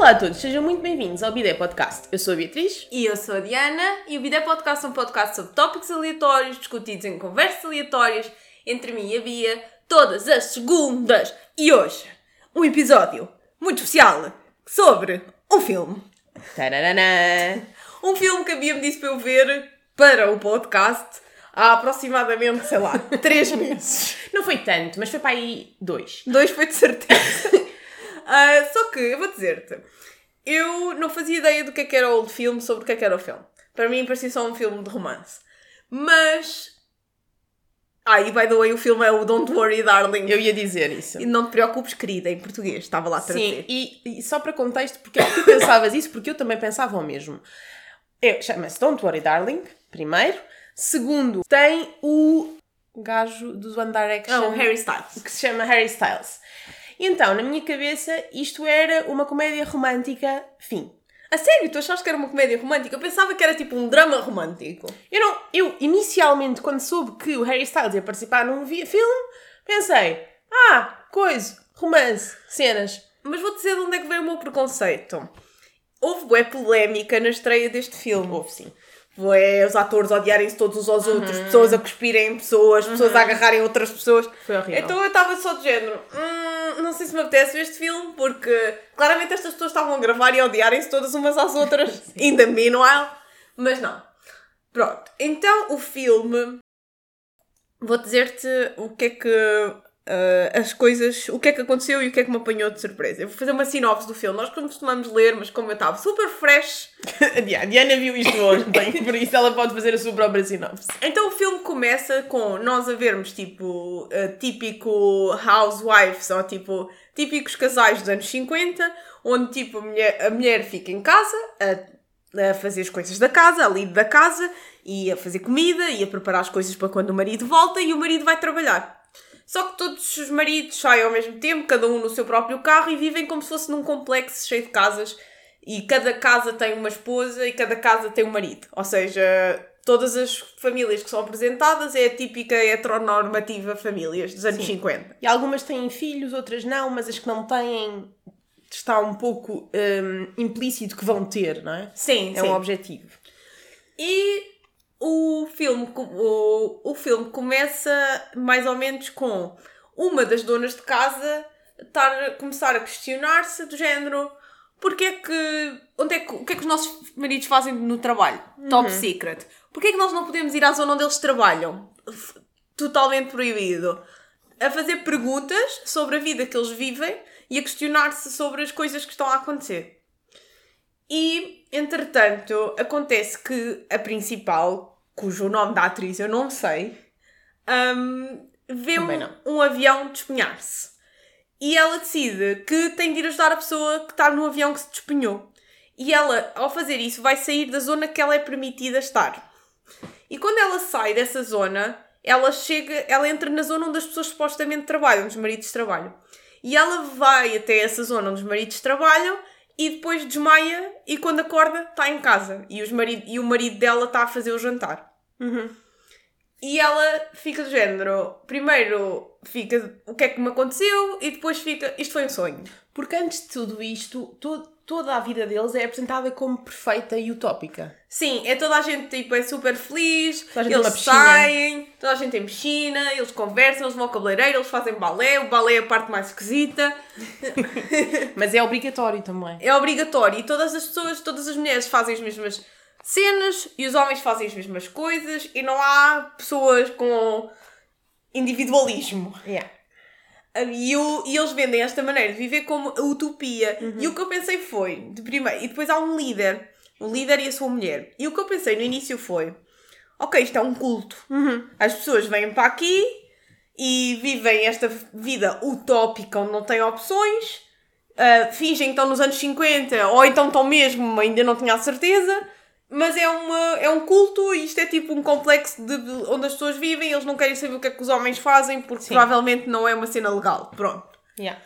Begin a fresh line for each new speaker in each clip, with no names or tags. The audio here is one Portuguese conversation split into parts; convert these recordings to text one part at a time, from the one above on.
Olá a todos, sejam muito bem-vindos ao Bidé Podcast. Eu sou a Beatriz.
E eu sou a Diana, e o Bidé Podcast é um podcast sobre tópicos aleatórios, discutidos em conversas aleatórias, entre mim e a Bia, todas as segundas. E hoje, um episódio muito especial sobre um filme.
Tararana.
Um filme que a Bia me disse para eu ver para o podcast há aproximadamente, 3 meses.
Não foi tanto, mas foi para aí 2.
2 foi de certeza. Só que, eu vou dizer-te, eu não fazia ideia do que era o filme, sobre o que era o filme. Para mim parecia só um filme de romance. Mas... e by the way, o filme é o Don't Worry Darling.
Eu ia dizer isso.
E não te preocupes, querida, em português. Estava lá a
Sim,
trazer.
e só para contexto, porque é que tu pensavas isso? Porque eu também pensava o mesmo. Chama-se Don't Worry Darling, primeiro. Segundo, tem o gajo do One Direction.
Não, Harry Styles.
Que se chama Harry Styles. Então, na minha cabeça, isto era uma comédia romântica, fim.
A sério? Tu achaste que era uma comédia romântica? Eu pensava que era tipo um drama romântico.
Eu inicialmente, quando soube que o Harry Styles ia participar num filme, pensei, romance, cenas.
Mas vou dizer de onde é que veio o meu preconceito. Houve bué polémica na estreia deste filme.
Houve, sim.
Os atores odiarem-se todos uns aos outros, pessoas a cuspirem em pessoas, pessoas a agarrarem outras pessoas.
Foi horrível.
Então eu estava só de género, não sei se me apetece ver este filme, porque claramente estas pessoas estavam a gravar e a odiarem-se todas umas às outras, in the meanwhile, mas não. Pronto, então o filme, vou dizer-te o que é que... o que é que aconteceu e o que é que me apanhou de surpresa. Eu vou fazer uma sinopse do filme. Nós costumamos ler, mas como eu estava super fresh...
A Diana viu isto hoje, por isso ela pode fazer a sua própria sinopse.
Então o filme começa com nós a vermos tipo típico housewives ou tipo típicos casais dos anos 50, onde tipo a mulher fica em casa a fazer as coisas da casa, a lead da casa, e a fazer comida e a preparar as coisas para quando o marido volta e o marido vai trabalhar. Só que todos os maridos saem ao mesmo tempo, cada um no seu próprio carro, e vivem como se fosse num complexo cheio de casas. E cada casa tem uma esposa e cada casa tem um marido. Ou seja, todas as famílias que são apresentadas é a típica heteronormativa famílias dos anos 50.
E algumas têm filhos, outras não, mas as que não têm está um pouco implícito que vão ter, não é?
Sim,
é um objetivo.
E... O filme começa mais ou menos com uma das donas de casa começar a questionar-se do género o que é que os nossos maridos fazem no trabalho? Top secret. Porquê é que nós não podemos ir à zona onde eles trabalham? Totalmente proibido. A fazer perguntas sobre a vida que eles vivem e a questionar-se sobre as coisas que estão a acontecer. E, entretanto, acontece que a principal, cujo nome da atriz eu não sei, vê um avião despenhar-se. E ela decide que tem de ir ajudar a pessoa que está no avião que se despenhou. E ela, ao fazer isso, vai sair da zona que ela é permitida estar. E quando ela sai dessa zona, ela entra na zona onde as pessoas supostamente trabalham, onde os maridos trabalham. E ela vai até essa zona onde os maridos trabalham e depois desmaia e quando acorda está em casa. E o marido dela está a fazer o jantar. E ela fica do género... Primeiro fica o que é que me aconteceu e depois fica... Isto foi um sonho.
Porque antes de tudo isto, toda a vida deles é apresentada como perfeita e utópica.
Sim, toda a gente tipo, é super feliz,
eles
saem, toda a gente tem piscina, eles conversam, eles vão ao cabeleireiro, eles fazem balé, o balé é a parte mais esquisita.
Mas é obrigatório também.
É obrigatório e todas as mulheres fazem as mesmas cenas e os homens fazem as mesmas coisas e não há pessoas com individualismo.
Yeah.
E eles vendem esta maneira de viver como a utopia. E o que eu pensei foi, de primeiro, e depois há um líder e a sua mulher. E o que eu pensei no início foi, ok, isto é um culto. As pessoas vêm para aqui e vivem esta vida utópica onde não têm opções, fingem que estão nos anos 50, ou então estão mesmo, ainda não tinha a certeza, mas é um culto e isto é tipo um complexo onde as pessoas vivem e eles não querem saber o que é que os homens fazem porque provavelmente não é uma cena legal. Pronto.
Yeah.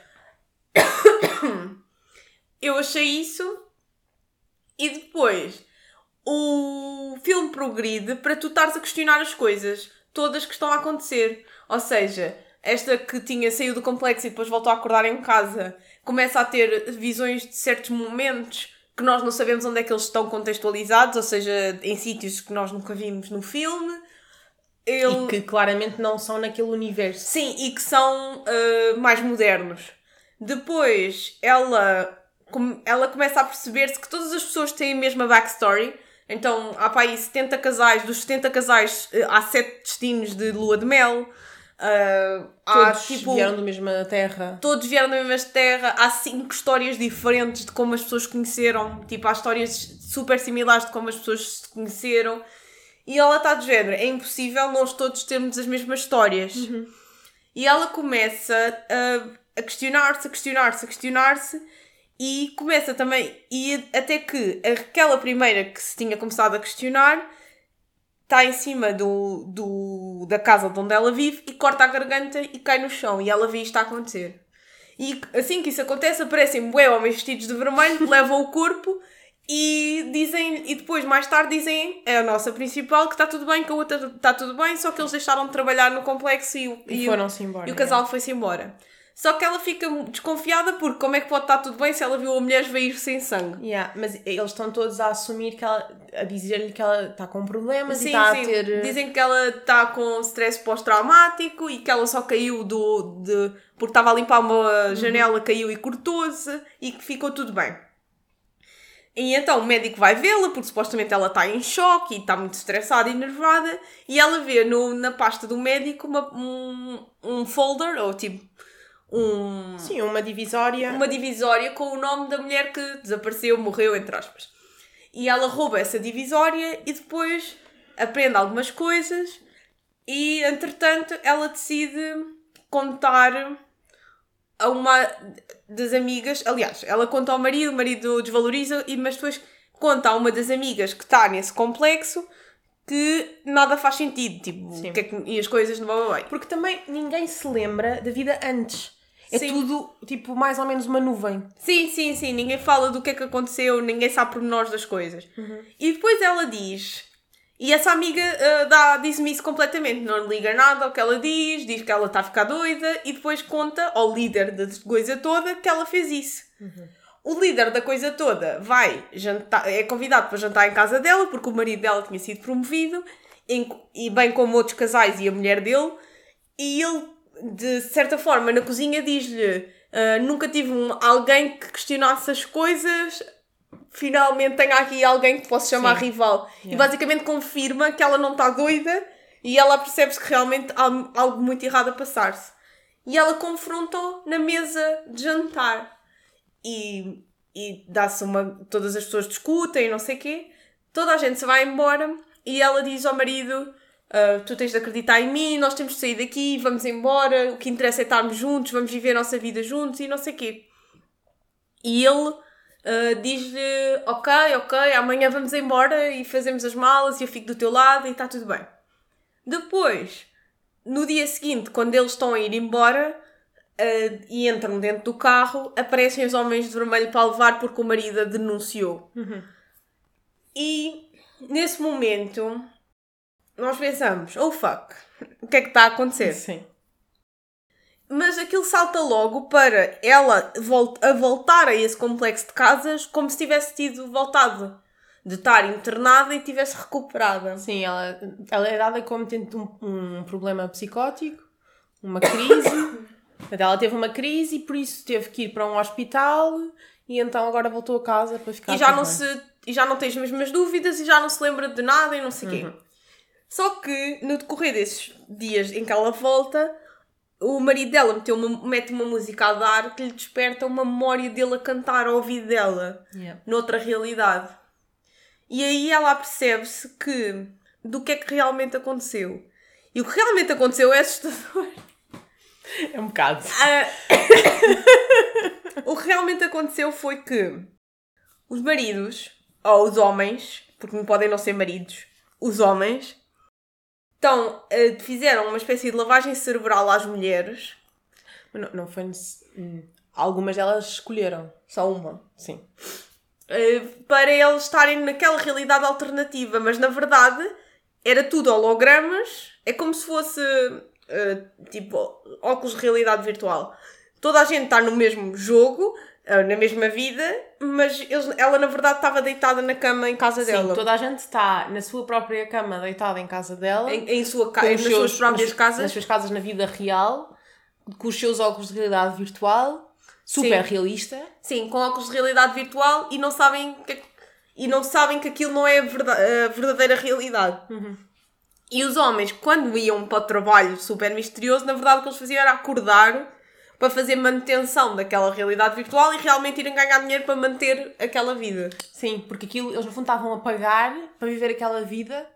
Eu achei isso e depois o filme progride para tu estares a questionar as coisas todas que estão a acontecer. Ou seja, esta que tinha saído do complexo e depois voltou a acordar em casa, começa a ter visões de certos momentos que nós não sabemos onde é que eles estão contextualizados, ou seja, em sítios que nós nunca vimos no filme.
E que claramente não são naquele universo.
Sim, e que são mais modernos. Depois, ela começa a perceber-se que todas as pessoas têm a mesma backstory. Então, há para aí 70 casais. Dos 70 casais, há 7 destinos de lua de mel.
Todos vieram da mesma terra.
Todos vieram da mesma terra. Há 5 histórias diferentes de como as pessoas se conheceram. Tipo, há histórias super similares de como as pessoas se conheceram. E ela está de género. É impossível nós todos termos as mesmas histórias. E ela começa a questionar-se. E começa também... E até que aquela primeira que se tinha começado a questionar está em cima da casa de onde ela vive e corta a garganta e cai no chão. E ela vê isto a acontecer. E assim que isso acontece, aparecem bué homens vestidos de vermelho, levam o corpo e dizem... E depois, mais tarde, dizem a nossa principal que está tudo bem, que a outra está tudo bem, só que eles deixaram de trabalhar no complexo
e foram-se embora.
E o casal foi-se embora. Só que ela fica desconfiada porque como é que pode estar tudo bem se ela viu a mulher esvair sem sangue?
Mas eles estão todos a assumir que ela... A dizer-lhe que ela está com problemas.
Sim,
e está
sim.
a ter...
Dizem que ela está com stress pós-traumático e que ela só caiu porque estava a limpar uma janela, caiu e cortou-se e que ficou tudo bem. E então o médico vai vê-la porque supostamente ela está em choque e está muito estressada e nervada e ela vê na pasta do médico um folder, ou tipo...
Sim, uma divisória.
Uma divisória com o nome da mulher que desapareceu, morreu, entre aspas. E ela rouba essa divisória e depois aprende algumas coisas e, entretanto, ela decide contar a uma das amigas... Aliás, ela conta ao marido, o marido desvaloriza, mas depois conta a uma das amigas que está nesse complexo que nada faz sentido. Tipo, e as coisas não vão bem.
Porque também ninguém se lembra da vida antes. É tudo, tipo, mais ou menos uma nuvem.
Sim. Ninguém fala do que é que aconteceu, ninguém sabe pormenores das coisas. E depois ela diz... E essa amiga diz-me isso completamente. Não liga nada ao que ela diz que ela está a ficar doida e depois conta ao líder da coisa toda que ela fez isso. O líder da coisa toda vai jantar, é convidado para jantar em casa dela porque o marido dela tinha sido promovido e bem como outros casais e a mulher dele. E ele... de certa forma, na cozinha diz-lhe nunca tive alguém que questionasse as coisas, finalmente tenho aqui alguém que posso chamar rival. E basicamente confirma que ela não está doida e ela percebe-se que realmente há algo muito errado a passar-se. E ela confronta-o na mesa de jantar. E dá-se todas as pessoas discutem e não sei o quê. Toda a gente se vai embora e ela diz ao marido... tu tens de acreditar em mim, nós temos de sair daqui, vamos embora, o que interessa é estarmos juntos, vamos viver a nossa vida juntos e não sei o quê. E ele diz-lhe, ok, amanhã vamos embora e fazemos as malas e eu fico do teu lado e está tudo bem. Depois, no dia seguinte, quando eles estão a ir embora e entram dentro do carro, aparecem os homens de vermelho para levar porque o marido a denunciou. E nesse momento... nós pensamos, oh fuck, o que é que está a acontecer?
Sim.
Mas aquilo salta logo para ela voltar a esse complexo de casas como se tivesse tido voltado de estar internada e tivesse recuperada.
Sim, ela é dada como tendo um problema psicótico, uma crise. Ela teve uma crise e por isso teve que ir para um hospital e então agora voltou a casa para ficar...
E já não tem as mesmas dúvidas e já não se lembra de nada e não sei o quê. Só que, no decorrer desses dias em que ela volta, o marido dela mete uma música a dar que lhe desperta uma memória dele a cantar ao ouvido dela, noutra realidade. E aí ela percebe-se do que é que realmente aconteceu. E o que realmente aconteceu é assustador.
É um bocado.
O que realmente aconteceu foi que os maridos, ou os homens, porque não podem não ser maridos, os homens... Então, fizeram uma espécie de lavagem cerebral às mulheres.
Não foi... Algumas delas escolheram.
Só uma.
Sim.
Para eles estarem naquela realidade alternativa. Mas, na verdade, era tudo hologramas. É como se fosse tipo óculos de realidade virtual. Toda a gente está no mesmo jogo, na mesma vida, mas ela na verdade estava deitada na cama em casa dela.
Sim, toda a gente está na sua própria cama, deitada em casa dela.
Nas suas próprias casas.
Nas suas casas na vida real, com os seus óculos de realidade virtual, super realista.
Sim, com óculos de realidade virtual e não sabem que aquilo não é a verdadeira realidade. E os homens, quando iam para o trabalho super misterioso, na verdade o que eles faziam era acordar para fazer manutenção daquela realidade virtual e realmente irem ganhar dinheiro para manter aquela vida.
Sim, porque aquilo eles no fundo estavam a pagar para viver aquela vida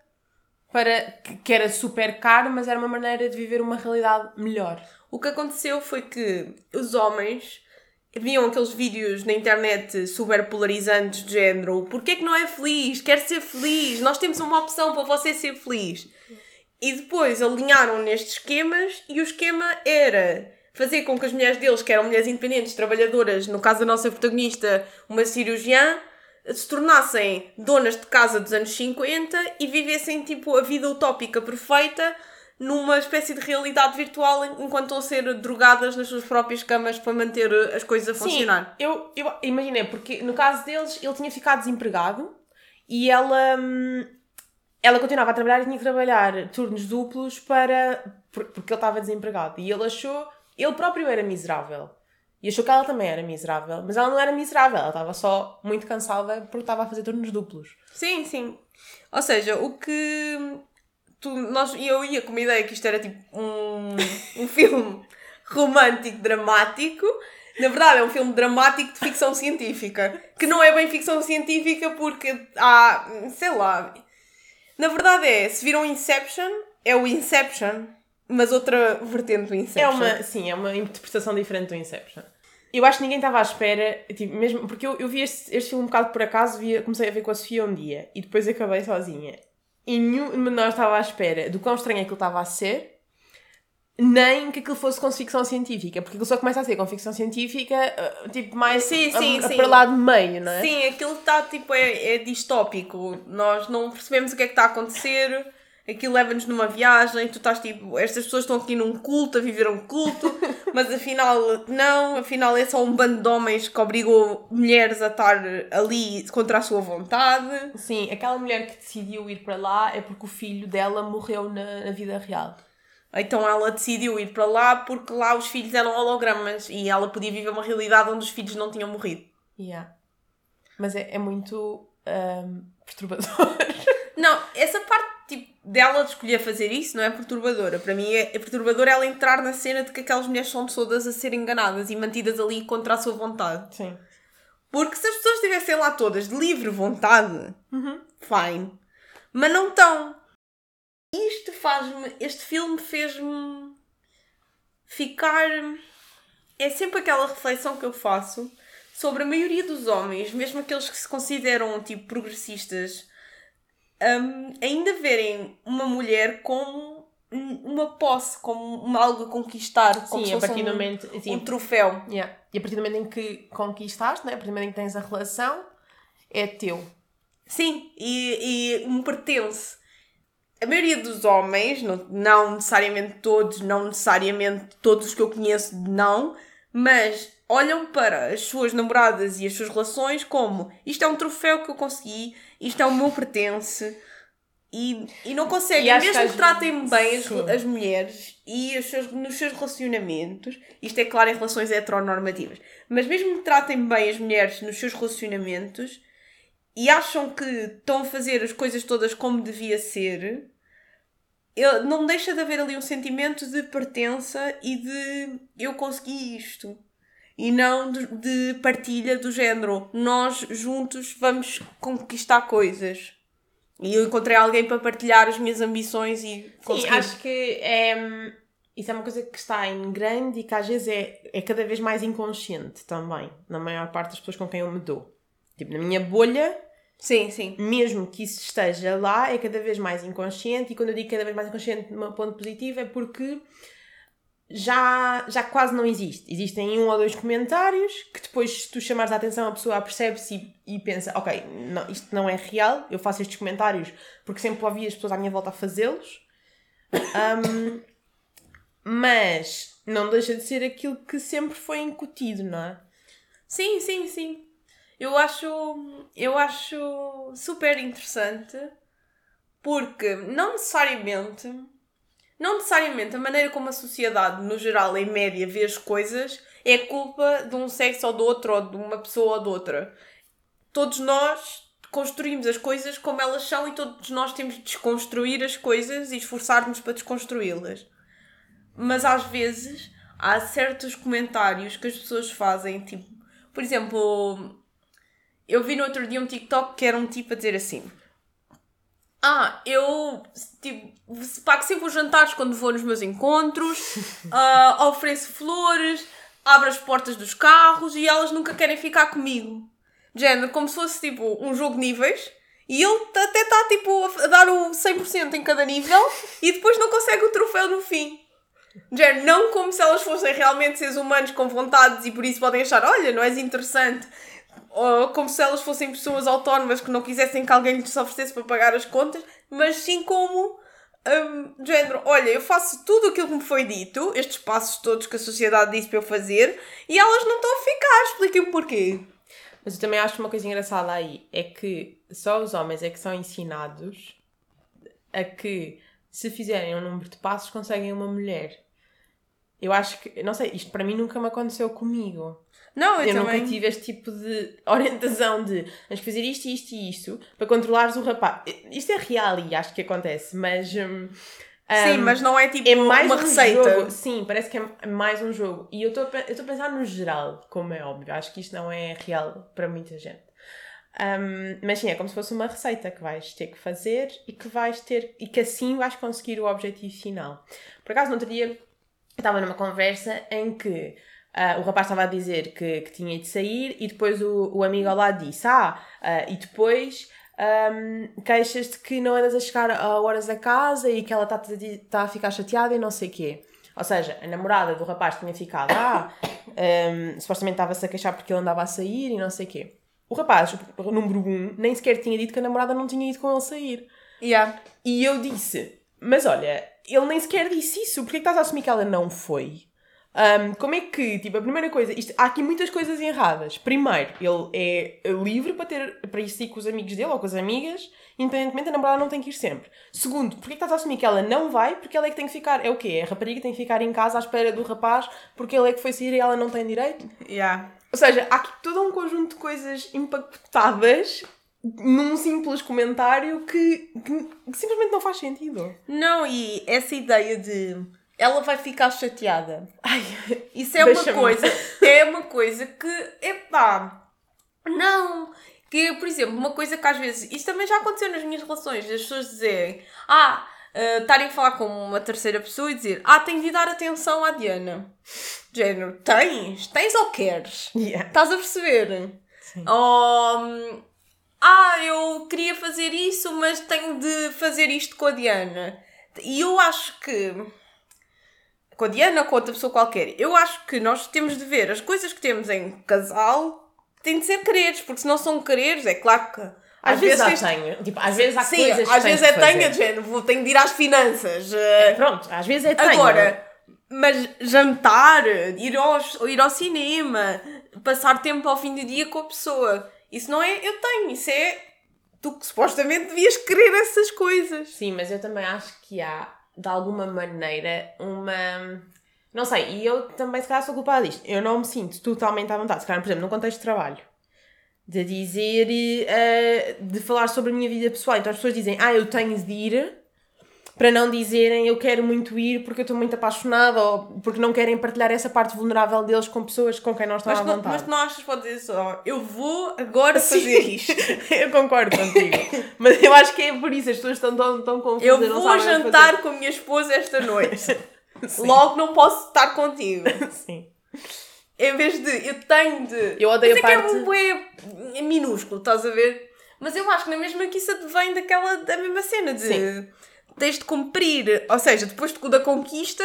que era super caro, mas era uma maneira de viver uma realidade melhor.
O que aconteceu foi que os homens viam aqueles vídeos na internet super polarizantes de género: porquê que não é feliz? Quer ser feliz? Nós temos uma opção para você ser feliz. E depois alinharam nestes esquemas e o esquema era fazer com que as mulheres deles, que eram mulheres independentes, trabalhadoras, no caso da nossa protagonista, uma cirurgiã, se tornassem donas de casa dos anos 50 e vivessem tipo a vida utópica perfeita numa espécie de realidade virtual enquanto estão a ser drogadas nas suas próprias camas para manter as coisas a funcionar.
Sim, eu imaginei, porque no caso deles ele tinha ficado desempregado e ela continuava a trabalhar e tinha que trabalhar turnos duplos porque ele estava desempregado e ele próprio era miserável. E achou que ela também era miserável. Mas ela não era miserável. Ela estava só muito cansada porque estava a fazer turnos duplos.
Sim, sim. Ou seja, o que... eu ia com uma ideia que isto era tipo um filme romântico, dramático. Na verdade é um filme dramático de ficção científica. Que não é bem ficção científica porque há... sei lá... Na verdade se viram Inception, é o Inception... mas outra vertente do Inception.
É uma interpretação diferente do Inception. Eu acho que ninguém estava à espera, tipo, mesmo, porque eu vi este filme um bocado por acaso, comecei a ver com a Sofia um dia, e depois acabei sozinha. E nenhum de nós estava à espera do quão estranho aquilo estava a ser, nem que aquilo fosse com ficção científica, porque aquilo só começa a ser com ficção científica, tipo, mais para lá de meio, não é?
Sim, aquilo está, tipo, é distópico. Nós não percebemos o que é que está a acontecer... Aquilo leva-nos numa viagem, tu estás tipo, estas pessoas estão aqui num culto, a viver um culto, mas afinal não, afinal é só um bando de homens que obrigou mulheres a estar ali contra a sua vontade.
Sim, aquela mulher que decidiu ir para lá é porque o filho dela morreu na vida real.
Então ela decidiu ir para lá porque lá os filhos eram hologramas e ela podia viver uma realidade onde os filhos não tinham morrido.
Yeah. Mas é muito perturbador.
Não, essa parte tipo, dela de escolher fazer isso não é perturbadora. Para mim é perturbador ela entrar na cena de que aquelas mulheres são todas a ser enganadas e mantidas ali contra a sua vontade.
Sim.
Porque se as pessoas estivessem lá todas de livre vontade, fine. Mas não estão. Este filme fez-me ficar... É sempre aquela reflexão que eu faço sobre a maioria dos homens, mesmo aqueles que se consideram tipo progressistas, ainda verem uma mulher como uma posse, como algo a conquistar, como se fosse um troféu.
Yeah. E a partir do momento em que conquistaste, né? A partir do momento em que tens a relação, é teu.
Sim, e me pertence. A maioria dos homens, não necessariamente todos os que eu conheço, não, mas olham para as suas namoradas e as suas relações como isto é um troféu que eu consegui, isto é o meu pertence, e não conseguem, mesmo que tratem bem as mulheres e nos seus relacionamentos, isto é claro em relações heteronormativas, mas mesmo que tratem bem as mulheres nos seus relacionamentos e acham que estão a fazer as coisas todas como devia ser, não deixa de haver ali um sentimento de pertença e de eu consegui isto. E não de partilha do género. Nós juntos vamos conquistar coisas. E eu encontrei alguém para partilhar as minhas ambições e conseguir.
Sim, acho que isso é uma coisa que está em grande e que às vezes é cada vez mais inconsciente também. Na maior parte das pessoas com quem eu me dou. Tipo, na minha bolha...
Sim, sim.
Mesmo que isso esteja lá, é cada vez mais inconsciente. E quando eu digo cada vez mais inconsciente num ponto positivo é porque já quase não existe. Existem 1 ou 2 comentários que depois, se tu chamares a atenção, a pessoa percebe-se e pensa, ok, não, isto não é real, eu faço estes comentários porque sempre ouvi as pessoas à minha volta a fazê-los. Mas não deixa de ser aquilo que sempre foi incutido, não é?
Sim, sim, sim. Eu acho super interessante porque não necessariamente a maneira como a sociedade, no geral, em média, vê as coisas é culpa de um sexo ou do outro, ou de uma pessoa ou de outra. Todos nós construímos as coisas como elas são e todos nós temos de desconstruir as coisas e esforçar-nos para desconstruí-las. Mas às vezes há certos comentários que as pessoas fazem, tipo, por exemplo, eu vi no outro dia um TikTok que era um tipo a dizer assim: eu tipo, pago sempre os jantares quando vou nos meus encontros, ofereço flores, abro as portas dos carros e elas nunca querem ficar comigo. Género, como se fosse tipo um jogo de níveis. E ele até está tipo a dar o 100% em cada nível e depois não consegue o troféu no fim. Género, não como se elas fossem realmente seres humanos com vontades e por isso podem achar, olha, não és interessante. Ou como se elas fossem pessoas autónomas que não quisessem que alguém lhes oferecesse para pagar as contas, mas sim como, género, olha, eu faço tudo aquilo que me foi dito, estes passos todos que a sociedade disse para eu fazer, e elas não estão a ficar, expliquem-me porquê.
Mas eu também acho uma coisa engraçada aí, é que só os homens é que são ensinados a que, se fizerem um número de passos, conseguem uma mulher. Eu acho que, não sei, isto para mim nunca me aconteceu comigo.
Não,
eu nunca tive este tipo de orientação de tens que fazer isto, isto e isto para controlares o rapaz. Isto é real e acho que acontece, mas...
sim, mas não é tipo
mais
uma receita.
Jogo. Sim, parece que é mais um jogo. E eu estou a pensar no geral, como é óbvio. Acho que isto não é real para muita gente. Mas sim, é como se fosse uma receita que vais ter que fazer e que assim vais conseguir o objetivo final. Por acaso, no outro dia, eu estava numa conversa em que o rapaz estava a dizer que tinha de sair e depois o amigo ao lado disse e depois... queixas-te que não andas a chegar a horas a casa e que ela está a ficar chateada e não sei o quê. Ou seja, a namorada do rapaz tinha ficado supostamente estava-se a queixar porque ele andava a sair e não sei o quê. O rapaz, o número 1, nem sequer tinha dito que a namorada não tinha ido com ele sair.
Yeah.
E eu disse, mas olha, ele nem sequer disse isso, porquê que estás a assumir que ela não foi? Como é que, tipo, a primeira coisa, há aqui muitas coisas erradas. Primeiro, ele é livre para ir sair com os amigos dele ou com as amigas, independentemente, a namorada não tem que ir sempre. Segundo, porquê que estás a assumir que ela não vai? Porque ela é que tem que ficar, é o quê? A rapariga tem que ficar em casa à espera do rapaz porque ele é que foi sair e ela não tem direito?
Yeah.
Ou seja, há aqui todo um conjunto de coisas empacotadas num simples comentário que simplesmente não faz sentido.
Não, e essa ideia de... ela vai ficar chateada.
Ai,
isso é uma coisa que, não. Que, por exemplo, uma coisa que às vezes, isso também já aconteceu nas minhas relações, as pessoas dizerem, estarem a falar com uma terceira pessoa e dizer, tenho de dar atenção à Diana. Género, tens ou queres?
Yeah.
Estás a perceber?
Sim.
Eu queria fazer isso, mas tenho de fazer isto com a Diana. E eu acho que... com a Diana ou com outra pessoa qualquer. Eu acho que nós temos de ver as coisas que temos em casal, têm de ser quereres, porque se não são quereres, é claro que...
Às vezes tenho. Tipo, às vezes há
sim,
coisas que
às vezes
tens de fazer.
tenho, género, tenho de ir às finanças.
Pronto, às vezes é tenho.
Agora, mas jantar, ir ao cinema, passar tempo ao fim do dia com a pessoa, isso não é eu tenho, isso é tu que supostamente devias querer essas coisas.
Sim, mas eu também acho que há, de alguma maneira, uma... Não sei, e eu também se calhar sou culpada disto. Eu não me sinto totalmente à vontade, se calhar, por exemplo, num contexto de trabalho, de dizer, de falar sobre a minha vida pessoal. Então as pessoas dizem, eu tenho de ir, para não dizerem eu quero muito ir porque eu estou muito apaixonada ou porque não querem partilhar essa parte vulnerável deles com pessoas com quem não estão à vontade.
Mas tu não achas que pode dizer só, eu vou agora fazer isto?
Eu concordo contigo. Mas eu acho que é por isso, as pessoas estão tão confusas.
Eu vou jantar com a minha esposa esta noite. Logo não posso estar contigo.
Sim.
Em vez de, eu tenho de...
Eu odeio a parte...
que é minúsculo, estás a ver? Mas eu acho que na mesma que isso advém da mesma cena de... Sim. Tens de cumprir, ou seja, depois da conquista,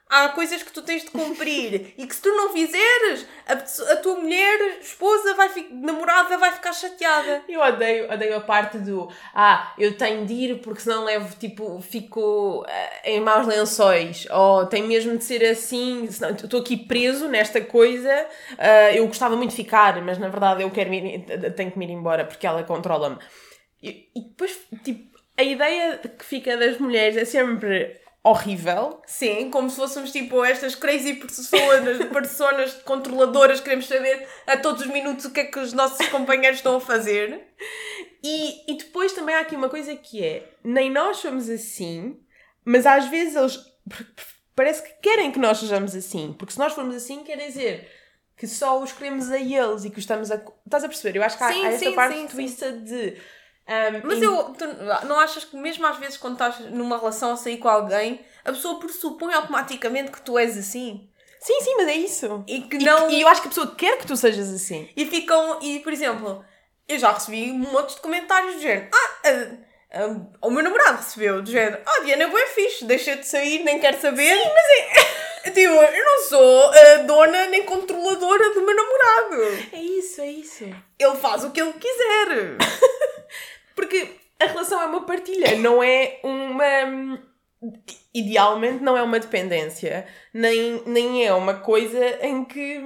Há coisas que tu tens de cumprir e que se tu não fizeres, a tua mulher, esposa, namorada vai ficar chateada.
Eu odeio a parte do eu tenho de ir porque senão fico em maus lençóis, ou tem mesmo de ser assim, senão estou aqui preso nesta coisa, eu gostava muito de ficar, mas na verdade eu tenho que me ir embora porque ela controla-me. E depois, tipo, a ideia que fica das mulheres é sempre horrível.
Sim, como se fôssemos tipo estas crazy personas controladoras, queremos saber a todos os minutos o que é que os nossos companheiros estão a fazer.
E depois também há aqui uma coisa que é, nem nós somos assim, mas às vezes eles parece que querem que nós sejamos assim, porque se nós formos assim quer dizer que só os queremos a eles e que estás a perceber? Eu acho que há esta parte twista de...
Mas tu não achas que mesmo às vezes quando estás numa relação a sair com alguém, a pessoa pressupõe automaticamente que tu és assim?
Sim, mas é isso.
E
eu acho que a pessoa quer que tu sejas assim.
E por exemplo, eu já recebi montes de comentários do género. O meu namorado recebeu do género. Diana é bué fixe, deixa de sair, nem quer saber.
Sim, mas
tipo, eu não sou dona nem controladora do meu namorado.
É isso.
Ele faz o que ele quiser.
Porque a relação é uma partilha, não é uma... Idealmente não é uma dependência, nem é uma coisa em que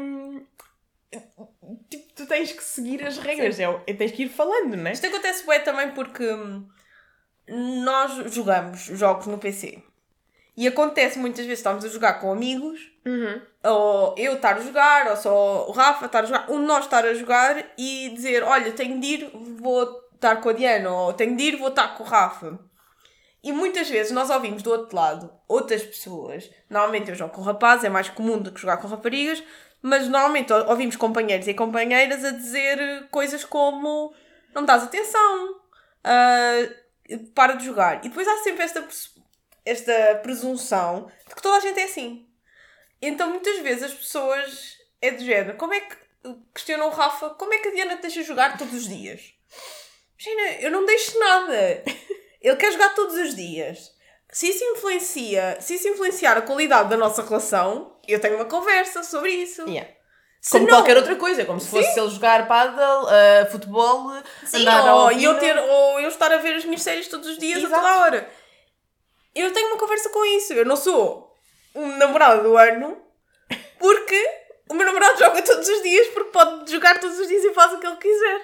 tipo, tu tens que seguir as regras, tens que ir falando, não é?
Isto acontece bem também porque nós jogamos jogos no PC. E acontece muitas vezes estamos a jogar com amigos, ou eu estar a jogar, ou só o Rafa estar a jogar, um de nós estar a jogar e dizer, olha, tenho de ir, vou estar com a Diana, ou tenho de ir, vou estar com o Rafa. E muitas vezes nós ouvimos do outro lado outras pessoas, normalmente eu jogo com rapazes, é mais comum do que jogar com raparigas, mas normalmente ouvimos companheiros e companheiras a dizer coisas como não me dás atenção, para de jogar. E depois há sempre esta presunção de que toda a gente é assim. Então muitas vezes as pessoas é do género, como é que questionam o Rafa, como é que a Diana te deixa jogar todos os dias? Imagina, eu não deixo nada. Ele quer jogar todos os dias. Se isso influenciar a qualidade da nossa relação, eu tenho uma conversa sobre isso.
Yeah. Como qualquer outra coisa, como se fosse ele jogar pádel, futebol, andar ao
ou eu estar a ver as minhas séries todos os dias, a toda a hora. Eu tenho uma conversa com isso. Eu não sou um namorado do ano porque o meu namorado joga todos os dias, porque pode jogar todos os dias e faz o que ele quiser.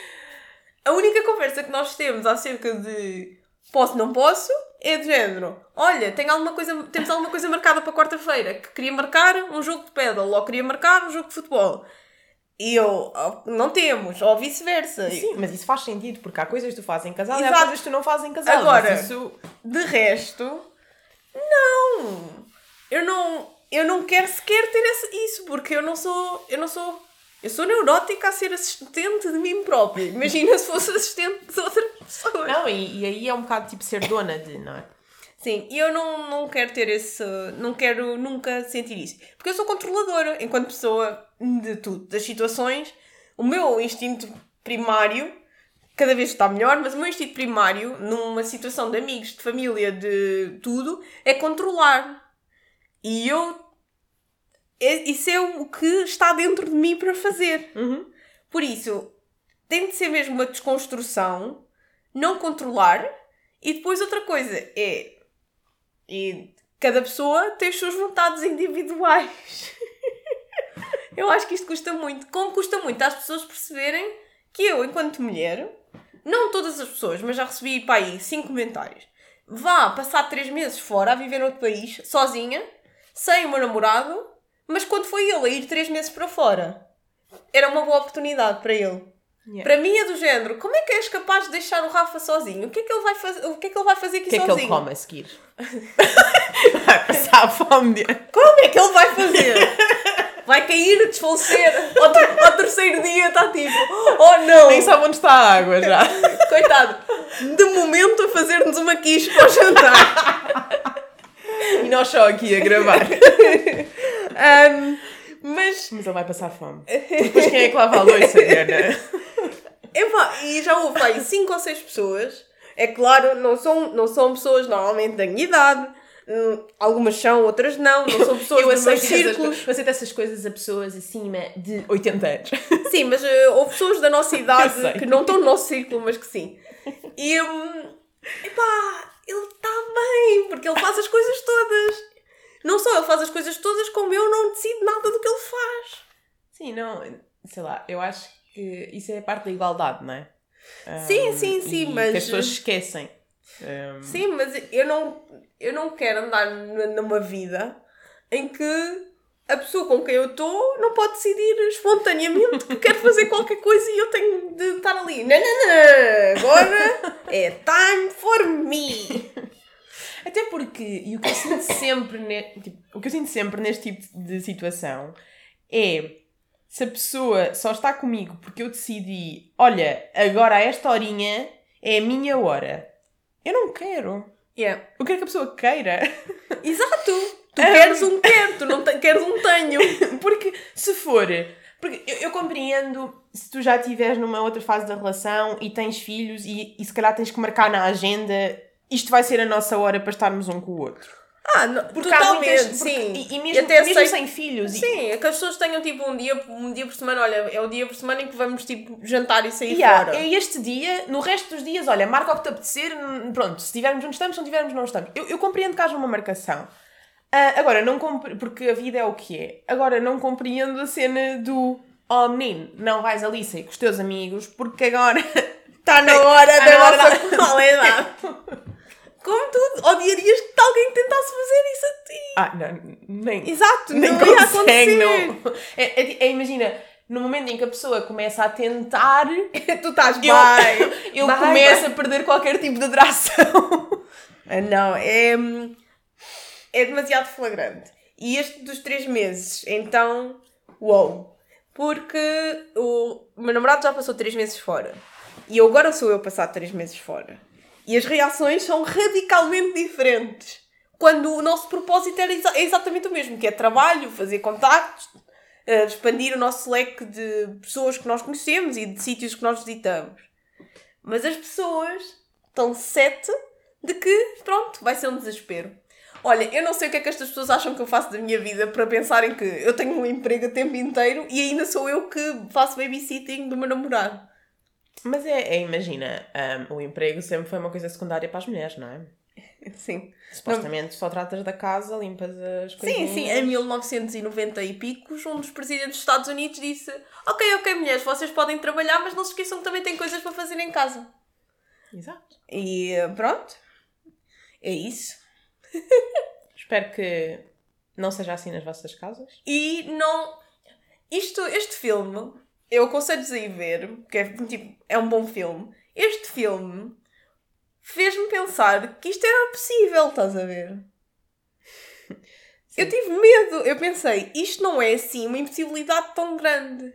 A única conversa que nós temos acerca de posso, não posso, é do género. Olha, temos alguma coisa marcada para quarta-feira, que queria marcar um jogo de pádel, ou queria marcar um jogo de futebol. E eu, não temos, ou vice-versa.
Sim, mas isso faz sentido, porque há coisas que tu fazes em casal e
Exato.
há coisas que tu não fazes em casal.
Agora,
isso...
de resto, não. Eu não quero sequer ter isso, porque eu sou neurótica a ser assistente de mim própria. Imagina se fosse assistente de outra pessoa.
Não, e aí é um bocado tipo ser dona de, não é?
Sim, e eu não quero ter não quero nunca sentir isso. Porque eu sou controladora, enquanto pessoa de tudo, das situações. O meu instinto primário, cada vez está melhor, mas o meu instinto primário, numa situação de amigos, de família, de tudo, é controlar. E isso é o que está dentro de mim para fazer. Por isso, tem de ser mesmo uma desconstrução, não controlar. E depois outra coisa é... E cada pessoa tem as suas vontades individuais. Eu acho que isto custa muito. Como custa muito às pessoas perceberem que eu, enquanto mulher, não todas as pessoas, mas já recebi para aí 5 comentários, vá passar 3 meses fora a viver noutro país, sozinha, sem o meu namorado, mas quando foi ele a ir 3 meses para fora, era uma boa oportunidade para ele. Yeah. Para mim é do género, como é que és capaz de deixar o Rafa sozinho? O que é que ele vai fazer, aqui sozinho?
O que é que ele come a seguir? Vai passar fome.
Como é que ele vai fazer? Vai cair, desfalecer. Ao terceiro dia está tipo, oh não!
Nem sabe onde está a água já.
Coitado. De momento a fazer-nos uma quiche para o jantar.
E nós só aqui a gravar.
Mas
ele vai passar fome. Depois quem é que lava a louça, Diana?
E já houve aí 5 ou 6 pessoas. É claro, não são pessoas normalmente da minha idade. Algumas são, outras não são pessoas dos meus círculos.
Eu aceito essas coisas a pessoas acima de 80 anos.
Sim, mas houve pessoas da nossa idade que não estão no nosso círculo, mas que sim. E, epá, ele está bem, porque ele faz as coisas todas. Não só ele faz as coisas todas, como eu não decido nada do que ele faz.
Sim, não, sei lá, eu acho que isso é parte da igualdade, não é?
Sim, mas...
que as pessoas esquecem.
Sim, mas eu não quero andar numa vida em que a pessoa com quem eu estou não pode decidir espontaneamente que quer fazer qualquer coisa e eu tenho de estar ali. Não, agora é time for me.
Até porque, e o que eu sinto sempre neste tipo de situação é, se a pessoa só está comigo porque eu decidi, olha, agora a esta horinha é a minha hora. Eu não quero.
Yeah.
Eu quero que a pessoa queira.
Exato. Tu queres um quero, tu não queres um tenho.
Porque se for... Porque eu compreendo se tu já estiveres numa outra fase da relação e tens filhos e se calhar tens que marcar na agenda, isto vai ser a nossa hora para estarmos um com o outro.
Não, totalmente, sim.
E mesmo sem filhos.
Sim, é que as pessoas tenham tipo um dia por semana, olha, é o dia por semana em que vamos tipo jantar e sair fora.
É este dia, no resto dos dias, olha, marca o que te apetecer, pronto, se estivermos juntos estamos, se não estivermos não estamos. Eu compreendo que haja uma marcação. Agora, porque a vida é o que é. Agora, não compreendo a cena do menino, não vais ali sair com os teus amigos porque agora
está na hora da nossa qualidade. Como tu odiarias que alguém tentasse fazer isso a ti?
Não, nem...
Exato,
nem
não ia acontecer.
Não. Imagina, no momento em que a pessoa começa a tentar...
tu estás
eu começo a perder qualquer tipo de atração.
Não, é demasiado flagrante. E este dos 3 meses, então... Uou! Porque o meu namorado já passou 3 meses fora. E agora sou eu a passar 3 meses fora. E as reações são radicalmente diferentes. Quando o nosso propósito é exatamente o mesmo, que é trabalho, fazer contactos, expandir o nosso leque de pessoas que nós conhecemos e de sítios que nós visitamos. Mas as pessoas estão sete de que, pronto, vai ser um desespero. Olha, eu não sei o que é que estas pessoas acham que eu faço da minha vida para pensarem que eu tenho um emprego a tempo inteiro e ainda sou eu que faço babysitting do meu namorado.
Mas imagina, o emprego sempre foi uma coisa secundária para as mulheres, não é?
Sim.
Supostamente só tratas da casa, limpas as coisinhas.
Sim, em 1990 e picos, um dos presidentes dos Estados Unidos disse: Ok, mulheres, vocês podem trabalhar, mas não se esqueçam que também têm coisas para fazer em casa.
Exato.
E pronto. É isso.
Espero que não seja assim nas vossas casas.
E não... Este filme, eu aconselho-vos a ir ver, porque é um bom filme. Este filme fez-me pensar que isto era possível, estás a ver? Sim. Eu tive medo. Eu pensei, isto não é assim uma impossibilidade tão grande.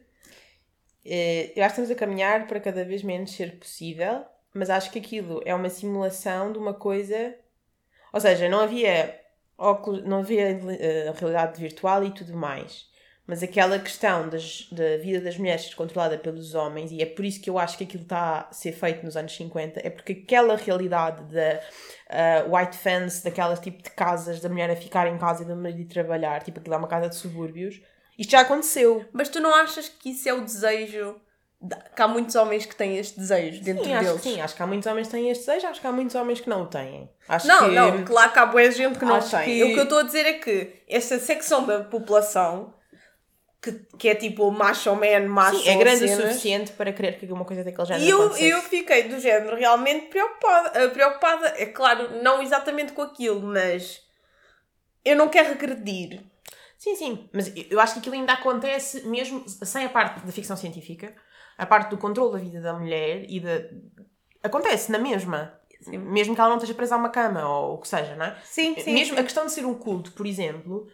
Eu acho que estamos a caminhar para cada vez menos ser possível, mas acho que aquilo é uma simulação de uma coisa... Ou seja, não havia óculos, não havia realidade virtual e tudo mais. Mas aquela questão da vida das mulheres ser controlada pelos homens, e é por isso que eu acho que aquilo está a ser feito nos anos 50, é porque aquela realidade da white fence, daquelas tipo de casas, da mulher a ficar em casa e do marido ir trabalhar, tipo aquilo é uma casa de subúrbios, isto já aconteceu.
Mas tu não achas que isso é o desejo... Que há muitos homens que têm este desejo dentro deles?
Sim, acho que há muitos homens que têm este desejo, acho que há muitos homens que não o têm.
Não, claro que há boa gente que não tem. O que eu estou a dizer é que essa secção da população, que é tipo macho man, macho...
Sim, é grande o suficiente para querer que alguma coisa daquele género acontecesse.
E eu fiquei do género realmente preocupada. É claro, não exatamente com aquilo, mas eu não quero regredir.
Sim, mas eu acho que aquilo ainda acontece mesmo sem a parte da ficção científica. A parte do controle da vida da mulher acontece na mesma. Sim. Mesmo que ela não esteja presa a uma cama ou o que seja, não é?
Sim.
Mesmo a questão de ser um culto, por exemplo,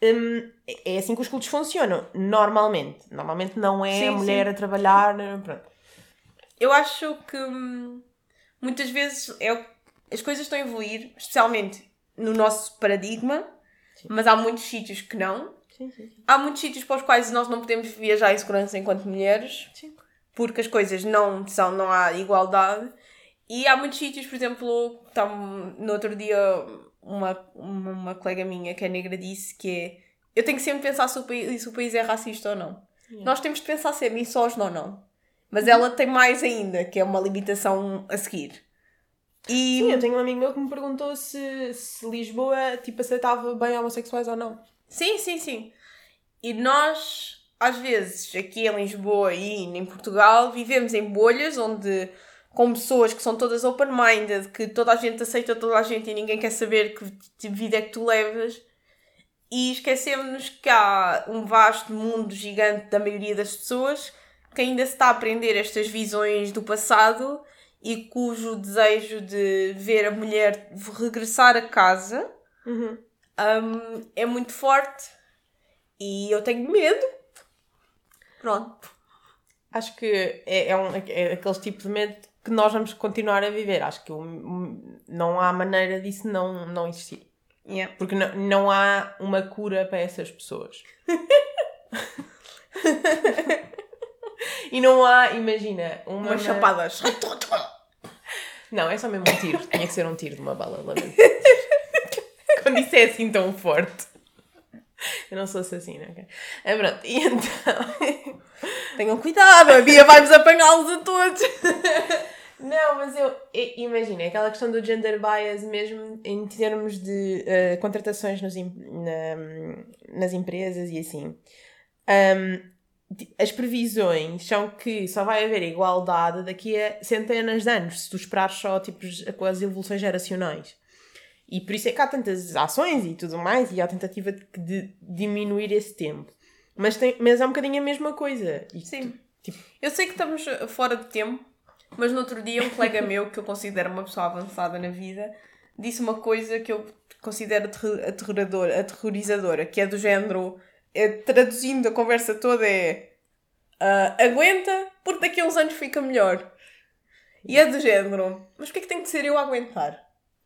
é assim que os cultos funcionam. Normalmente. Normalmente não é a mulher a trabalhar. Pronto.
Eu acho que muitas vezes as coisas estão a evoluir, especialmente no nosso paradigma, mas há muitos sítios que não.
Sim.
Há muitos sítios para os quais nós não podemos viajar em segurança enquanto mulheres.
Sim.
Porque as coisas não há igualdade. E há muitos sítios, por exemplo, no outro dia uma colega minha que é negra disse, que é: eu tenho que sempre pensar se o país é racista ou não. Yeah. Nós temos de pensar se é misógino ou não. Mas ela tem mais ainda, que é uma limitação a seguir. E...
Sim, eu tenho um amigo meu que me perguntou se Lisboa, tipo, aceitava bem homossexuais ou não.
Sim. E nós, às vezes, aqui em Lisboa e em Portugal, vivemos em bolhas onde, com pessoas que são todas open-minded, que toda a gente aceita toda a gente e ninguém quer saber que tipo de vida é que tu levas. E esquecemos-nos que há um vasto mundo gigante da maioria das pessoas que ainda se está a aprender estas visões do passado e cujo desejo de ver a mulher regressar a casa é muito forte. E eu tenho medo. Pronto.
Acho que é aquele tipo de medo que nós vamos continuar a viver. Acho que não há maneira disso não existir.
Yeah.
Porque não há uma cura para essas pessoas. E não há, imagina,
umas chapadas.
Não, é só mesmo um tiro. Tinha que ser um tiro de uma bala, lamento. Quando isso é assim tão forte. Eu não sou assassina, ok? Pronto, e então...
Tenham cuidado, a Bia vai-nos apanhá-los a todos.
Não, mas imagina, aquela questão do gender bias mesmo em termos de contratações nas empresas e assim. As previsões são que só vai haver igualdade daqui a centenas de anos, se tu esperares só com as evoluções geracionais. E por isso é que há tantas ações e tudo mais, e há a tentativa de diminuir esse tempo. Mas é um bocadinho a mesma coisa. E
sim. Eu sei que estamos fora de tempo, mas no outro dia um colega meu, que eu considero uma pessoa avançada na vida, disse uma coisa que eu considero aterrorizadora, que é do género, traduzindo a conversa toda, aguenta, porque daqui a uns anos fica melhor. E é do género, mas porquê é que tem que ser eu a aguentar?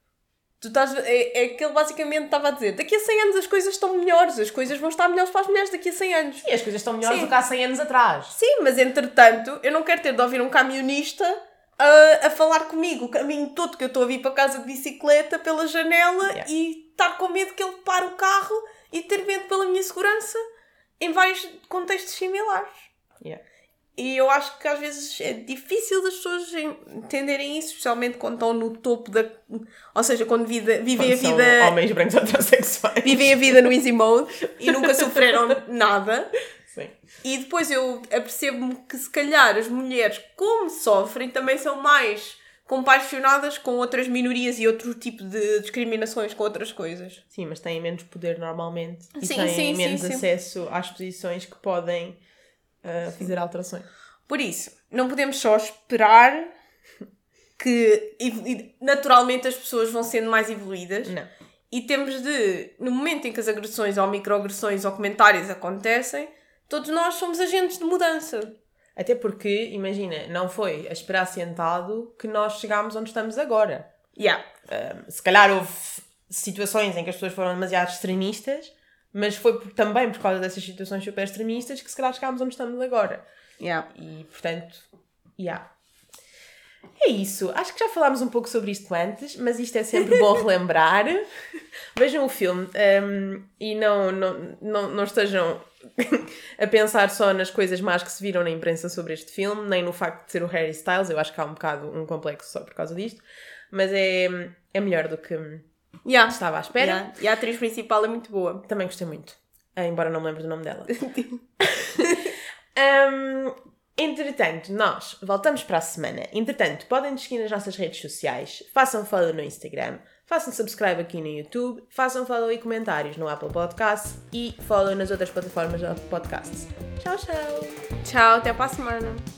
É que ele basicamente estava a dizer, daqui a 100 anos as coisas estão melhores, as coisas vão estar melhores para as mulheres daqui a 100 anos.
Sim, as coisas estão melhores do que há 100 anos atrás.
Sim, mas entretanto, eu não quero ter de ouvir um camionista a falar comigo o caminho todo que eu estou a vir para casa de bicicleta pela janela e estar com medo que ele pare o carro e ter medo pela minha segurança em vários contextos similares.
Yeah.
E eu acho que às vezes é difícil das pessoas entenderem isso, especialmente quando estão no topo da... Ou seja, quando vivem a vida...
homens brancos heterossexuais.
Vivem a vida no easy mode e nunca sofreram nada.
Sim.
E depois eu apercebo-me que se calhar as mulheres, como sofrem, também são mais compassionadas com outras minorias e outro tipo de discriminações com outras coisas.
Sim, mas têm menos poder normalmente. E
sim,
têm menos acesso às posições que podem... fazer alterações.
Por isso, não podemos só esperar que naturalmente as pessoas vão sendo mais evoluídas.
Não.
E temos de, no momento em que as agressões ou microagressões ou comentários acontecem, todos nós somos agentes de mudança.
Até porque, imagina, não foi a esperar sentado que nós chegámos onde estamos agora.
Yeah.
Se calhar houve situações em que as pessoas foram demasiado extremistas, mas foi também por causa dessas situações super extremistas que se calhar chegámos onde estamos agora.
Yeah.
E, portanto, é isso. Acho que já falámos um pouco sobre isto antes, mas isto é sempre bom relembrar. Vejam o filme e não estejam a pensar só nas coisas más que se viram na imprensa sobre este filme, nem no facto de ser o Harry Styles. Eu acho que há um bocado um complexo só por causa disto. Mas é melhor do que... estava à espera.
E a atriz principal é muito boa.
Também gostei muito. Embora não me lembre do nome dela. Entretanto, nós voltamos para a semana. Entretanto, podem nos seguir nas nossas redes sociais. Façam follow no Instagram. Façam subscribe aqui no YouTube. Façam follow e comentários no Apple Podcasts. E follow nas outras plataformas de podcasts. Tchau, tchau.
Tchau, até para a semana.